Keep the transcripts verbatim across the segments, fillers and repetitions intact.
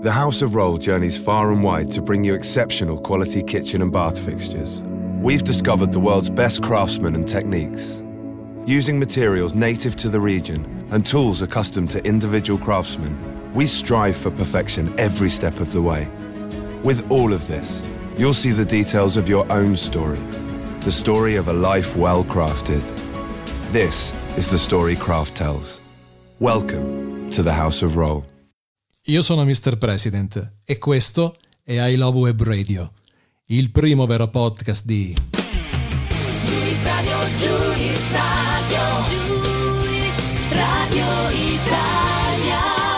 The House of Roll journeys far and wide to bring you exceptional quality kitchen and bath fixtures. We've discovered the world's best craftsmen and techniques. Using materials native to the region and tools accustomed to individual craftsmen, we strive for perfection every step of the way. With all of this, you'll see the details of your own story, the story of a life well crafted. This is the story Craft tells. Welcome to the House of Roll. Io sono mister President e questo è I Love Web Radio, il primo vero podcast di Juice Radio, Juice Radio, Juice Radio Italia.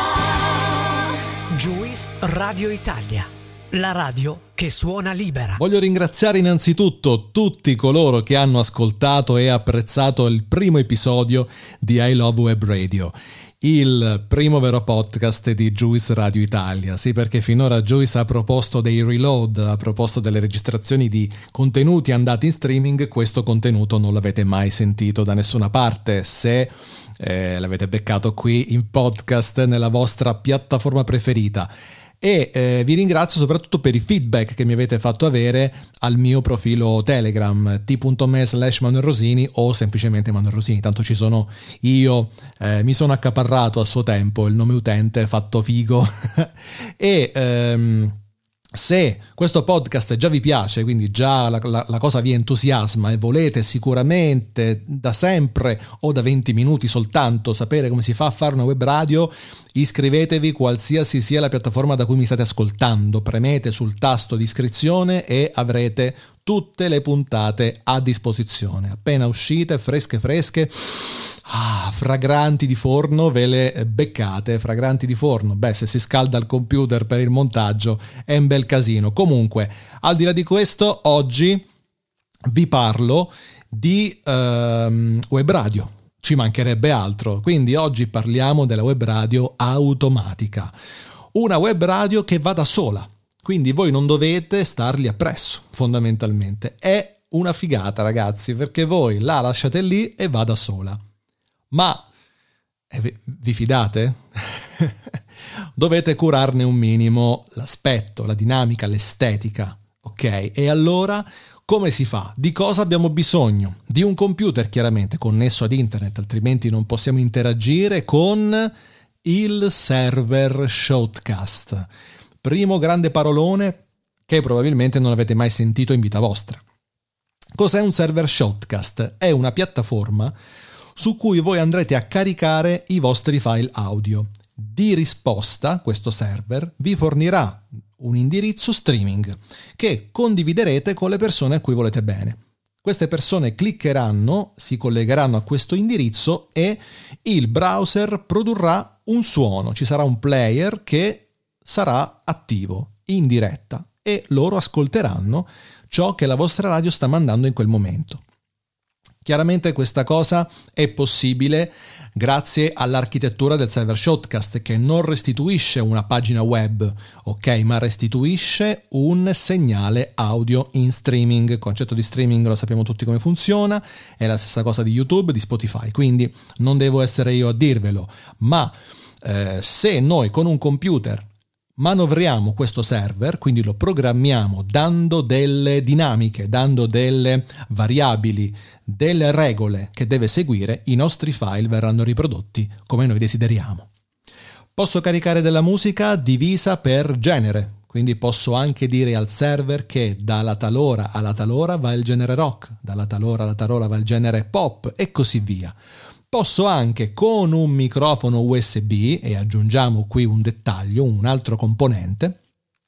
Juice Radio Italia, la radio che suona libera. Voglio ringraziare innanzitutto tutti coloro che hanno ascoltato e apprezzato il primo episodio di I Love Web Radio, il primo vero podcast di Juice Radio Italia. Sì, perché finora Juice ha proposto dei reload, ha proposto delle registrazioni di contenuti andati in streaming. Questo contenuto non l'avete mai sentito da nessuna parte. Se eh, l'avete beccato qui in podcast nella vostra piattaforma preferita. E eh, vi ringrazio soprattutto per i feedback che mi avete fatto avere al mio profilo Telegram t.me slash Manuel Rosini o semplicemente Manuel Rosini, tanto ci sono io, eh, mi sono accaparrato a suo tempo il nome utente fatto figo e ehm, se questo podcast già vi piace, quindi già la, la, la cosa vi entusiasma e volete sicuramente da sempre o da venti minuti soltanto sapere come si fa a fare una web radio, iscrivetevi qualsiasi sia la piattaforma da cui mi state ascoltando, premete sul tasto di iscrizione e avrete tutte le puntate a disposizione. Appena uscite, fresche fresche, ah, fragranti di forno, ve le beccate. Fragranti di forno, beh, se si scalda il computer per il montaggio è un bel casino. Comunque, al di là di questo, oggi vi parlo di ehm, web radio. Ci mancherebbe altro. Quindi oggi parliamo della web radio automatica. Una web radio che va da sola. Quindi voi non dovete stargli appresso, fondamentalmente. È una figata, ragazzi, perché voi la lasciate lì e va da sola. Ma eh, vi fidate? Dovete curarne un minimo l'aspetto, la dinamica, l'estetica, ok? E allora come si fa? Di cosa abbiamo bisogno? Di un computer chiaramente connesso ad internet, altrimenti non possiamo interagire con il server Shoutcast. Primo grande parolone che probabilmente non avete mai sentito in vita vostra. Cos'è un server Shoutcast? È una piattaforma su cui voi andrete a caricare i vostri file audio. Di risposta, questo server vi fornirà un indirizzo streaming che condividerete con le persone a cui volete bene. Queste persone cliccheranno, si collegheranno a questo indirizzo e il browser produrrà un suono. Ci sarà un player che sarà attivo in diretta e loro ascolteranno ciò che la vostra radio sta mandando in quel momento. Chiaramente questa cosa è possibile grazie all'architettura del server Shoutcast, che non restituisce una pagina web, ok, ma restituisce un segnale audio in streaming. Il concetto di streaming lo sappiamo tutti come funziona, è la stessa cosa di YouTube, di Spotify, quindi non devo essere io a dirvelo, ma eh, se noi con un computer manovriamo questo server, quindi lo programmiamo dando delle dinamiche, dando delle variabili, delle regole che deve seguire, i nostri file verranno riprodotti come noi desideriamo. Posso caricare della musica divisa per genere, quindi posso anche dire al server che dalla talora alla talora va il genere rock, dalla talora alla talora va il genere pop e così via. Posso anche con un microfono U S B, e aggiungiamo qui un dettaglio, un altro componente,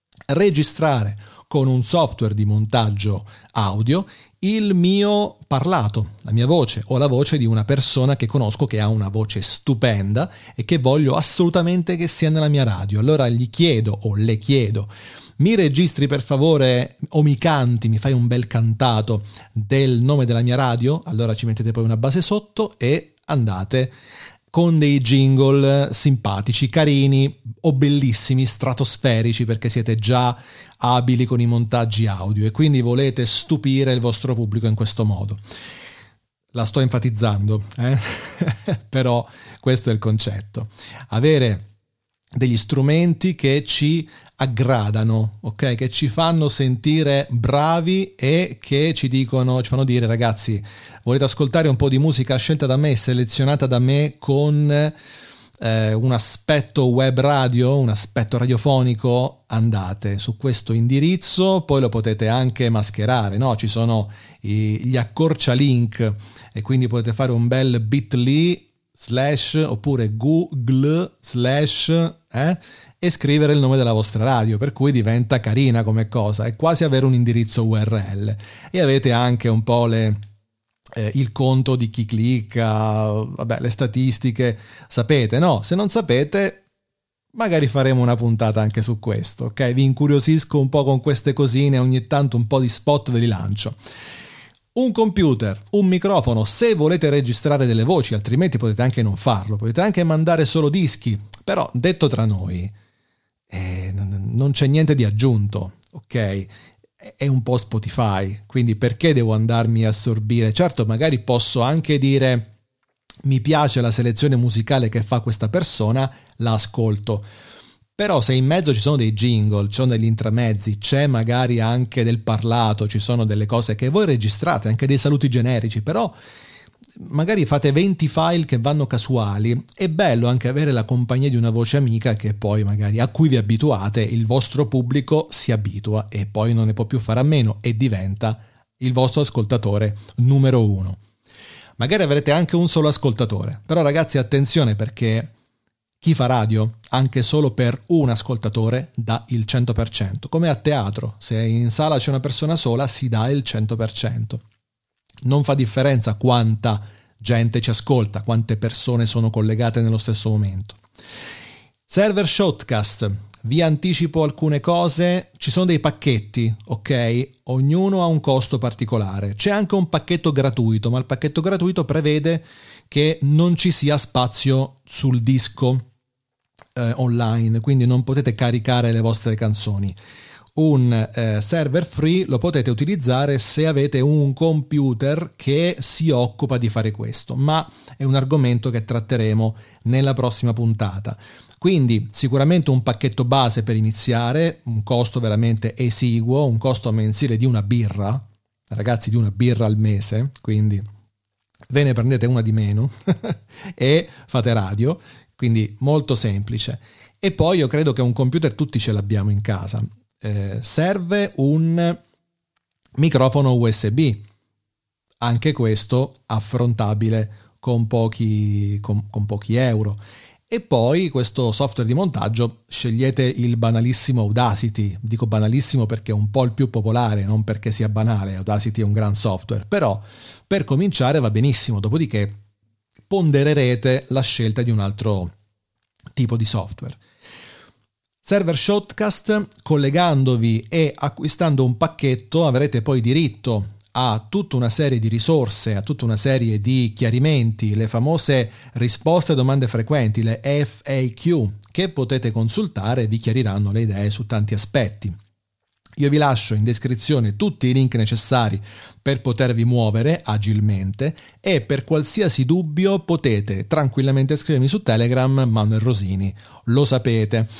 registrare con un software di montaggio audio il mio parlato, la mia voce o la voce di una persona che conosco che ha una voce stupenda e che voglio assolutamente che sia nella mia radio. Allora gli chiedo o le chiedo: mi registri per favore o mi canti, mi fai un bel cantato del nome della mia radio? Allora ci mettete poi una base sotto e andate con dei jingle simpatici, carini o bellissimi, stratosferici, perché siete già abili con i montaggi audio e quindi volete stupire il vostro pubblico in questo modo. La sto enfatizzando, eh? Però questo è il concetto. Avere degli strumenti che ci aggradano, ok? Che ci fanno sentire bravi e che ci dicono, ci fanno dire: ragazzi, volete ascoltare un po' di musica scelta da me, selezionata da me con eh, un aspetto web radio, un aspetto radiofonico? Andate su questo indirizzo, poi lo potete anche mascherare, no? Ci sono i, gli accorcia link e quindi potete fare un bel bit.ly slash oppure google slash eh, e scrivere il nome della vostra radio, per cui diventa carina come cosa, è quasi avere un indirizzo U R L e avete anche un po' le, eh, il conto di chi clicca, vabbè, le statistiche, sapete, no? Se non sapete, magari faremo una puntata anche su questo, ok? Vi incuriosisco un po' con queste cosine, ogni tanto un po' di spot ve li lancio. Un computer, un microfono, se volete registrare delle voci, altrimenti potete anche non farlo, potete anche mandare solo dischi, però detto tra noi, eh, non c'è niente di aggiunto, ok? È un po' Spotify, quindi perché devo andarmi a assorbire? Certo, magari posso anche dire: mi piace la selezione musicale che fa questa persona, la ascolto. Però se in mezzo ci sono dei jingle, ci sono degli intramezzi, c'è magari anche del parlato, ci sono delle cose che voi registrate, anche dei saluti generici, però magari fate venti file che vanno casuali, è bello anche avere la compagnia di una voce amica che poi magari a cui vi abituate, il vostro pubblico si abitua e poi non ne può più fare a meno e diventa il vostro ascoltatore numero uno. Magari avrete anche un solo ascoltatore, però ragazzi attenzione, perché chi fa radio, anche solo per un ascoltatore, dà il cento per cento. Come a teatro, se in sala c'è una persona sola, si dà il cento per cento. Non fa differenza quanta gente ci ascolta, quante persone sono collegate nello stesso momento. Server Shotcast, vi anticipo alcune cose, ci sono dei pacchetti, ok? Ognuno ha un costo particolare. C'è anche un pacchetto gratuito, ma il pacchetto gratuito prevede che non ci sia spazio sul disco eh, online, quindi non potete caricare le vostre canzoni. Un eh, server free lo potete utilizzare se avete un computer che si occupa di fare questo, ma è un argomento che tratteremo nella prossima puntata. Quindi sicuramente un pacchetto base per iniziare, un costo veramente esiguo, un costo mensile di una birra, ragazzi, di una birra al mese, quindi ve ne prendete una di meno e fate radio, quindi molto semplice. E poi io credo che un computer tutti ce l'abbiamo in casa. Eh, serve un microfono U S B, anche questo affrontabile con pochi, con, con pochi euro. E poi questo software di montaggio, scegliete il banalissimo Audacity. Dico banalissimo perché è un po' il più popolare, non perché sia banale. Audacity è un gran software, però per cominciare va benissimo, dopodiché pondererete la scelta di un altro tipo di software. Server Shotcast, collegandovi e acquistando un pacchetto avrete poi diritto a tutta una serie di risorse, a tutta una serie di chiarimenti, le famose risposte a domande frequenti, le F A Q, che potete consultare e vi chiariranno le idee su tanti aspetti. Io vi lascio in descrizione tutti i link necessari per potervi muovere agilmente e per qualsiasi dubbio potete tranquillamente scrivermi su Telegram, Manuel Rosini, lo sapete.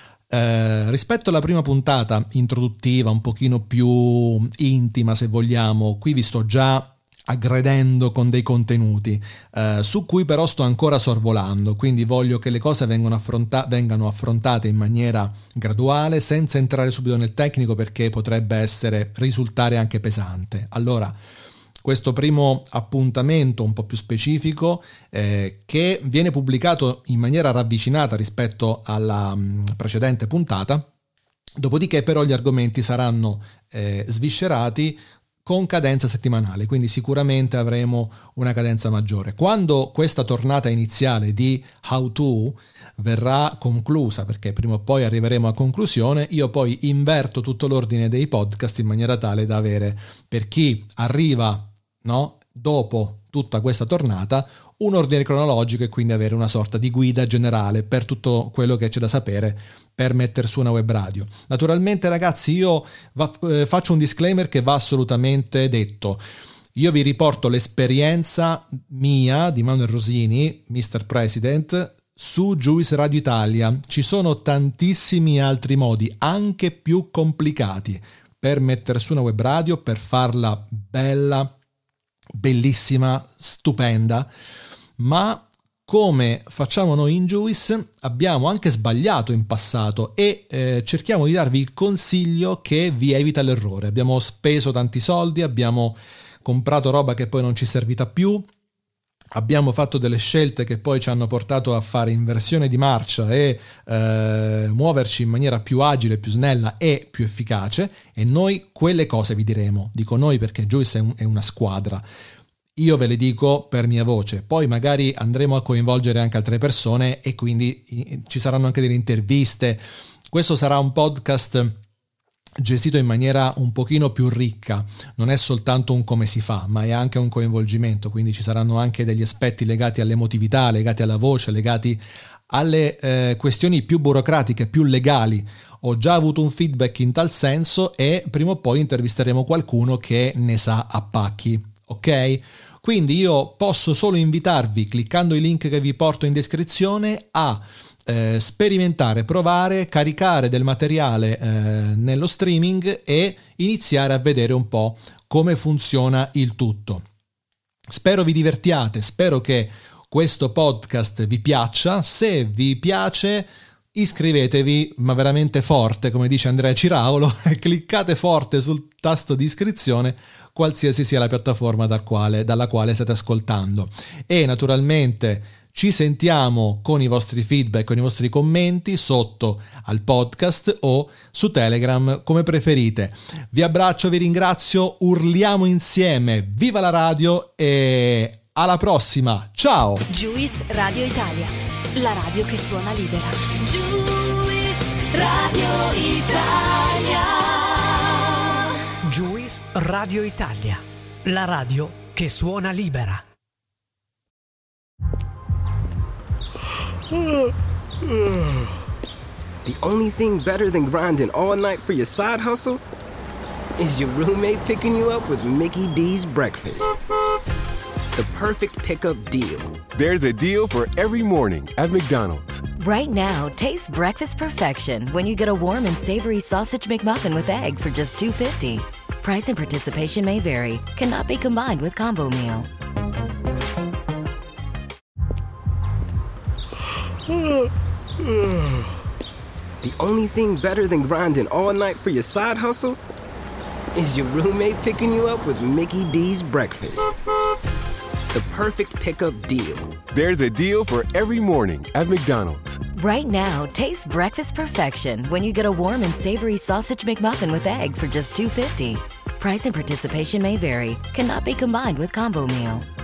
Eh, rispetto alla prima puntata introduttiva, un pochino più intima se vogliamo, qui vi sto già aggredendo con dei contenuti eh, su cui però sto ancora sorvolando, quindi voglio che le cose vengano, affronta- vengano affrontate in maniera graduale, senza entrare subito nel tecnico, perché potrebbe essere risultare anche pesante. Allora, questo primo appuntamento un po' più specifico eh, che viene pubblicato in maniera ravvicinata rispetto alla mh, precedente puntata, dopodiché però gli argomenti saranno eh, sviscerati con cadenza settimanale, quindi sicuramente avremo una cadenza maggiore. Quando questa tornata iniziale di How To verrà conclusa, perché prima o poi arriveremo a conclusione, io poi inverto tutto l'ordine dei podcast in maniera tale da avere, per chi arriva no, dopo tutta questa tornata, un ordine cronologico e quindi avere una sorta di guida generale per tutto quello che c'è da sapere per mettere su una web radio. Naturalmente ragazzi, io va, eh, faccio un disclaimer che va assolutamente detto. Io vi riporto l'esperienza mia di Manuel Rosini, mister President, su Juice Radio Italia ci sono tantissimi altri modi, anche più complicati, per mettere su una web radio, per farla bella, bellissima, stupenda, ma come facciamo noi in Juice abbiamo anche sbagliato in passato e eh, cerchiamo di darvi il consiglio che vi evita l'errore. Abbiamo speso tanti soldi, abbiamo comprato roba che poi non ci è servita più, abbiamo fatto delle scelte che poi ci hanno portato a fare inversione di marcia e eh, muoverci in maniera più agile, più snella e più efficace, e noi quelle cose vi diremo. Dico noi perché Juice è, un, è una squadra. Io ve le dico per mia voce, poi magari andremo a coinvolgere anche altre persone e quindi ci saranno anche delle interviste. Questo sarà un podcast gestito in maniera un pochino più ricca, non è soltanto un come si fa, ma è anche un coinvolgimento, quindi ci saranno anche degli aspetti legati all'emotività, legati alla voce, legati alle eh, questioni più burocratiche, più legali. Ho già avuto un feedback in tal senso e prima o poi intervisteremo qualcuno che ne sa a pacchi, ok? Quindi io posso solo invitarvi, cliccando i link che vi porto in descrizione, a eh, sperimentare, provare, caricare del materiale eh, nello streaming e iniziare a vedere un po' come funziona il tutto. Spero vi divertiate, spero che questo podcast vi piaccia. Se vi piace, iscrivetevi, ma veramente forte, come dice Andrea Ciraulo, e cliccate forte sul tasto di iscrizione, qualsiasi sia la piattaforma dal quale, dalla quale state ascoltando. E naturalmente ci sentiamo con i vostri feedback, con i vostri commenti sotto al podcast o su Telegram, come preferite. Vi abbraccio, vi ringrazio, urliamo insieme, viva la radio e alla prossima, ciao! Juice Radio Italia, la radio che suona libera. Juice Radio Italia. Juice Radio Italia, la radio che suona libera. The only thing better than grinding all night for your side hustle is your roommate picking you up with Mickey D's breakfast. The perfect pickup deal. There's a deal for every morning at McDonald's. Right now, taste breakfast perfection when you get a warm and savory sausage McMuffin with egg for just two fifty. Price and participation may vary. Cannot be combined with combo meal. The only thing better than grinding all night for your side hustle is your roommate picking you up with Mickey D's breakfast. The perfect pickup deal. There's a deal for every morning at McDonald's. Right now, taste breakfast perfection when you get a warm and savory sausage McMuffin with egg for just two fifty. Price and participation may vary. Cannot be combined with combo meal.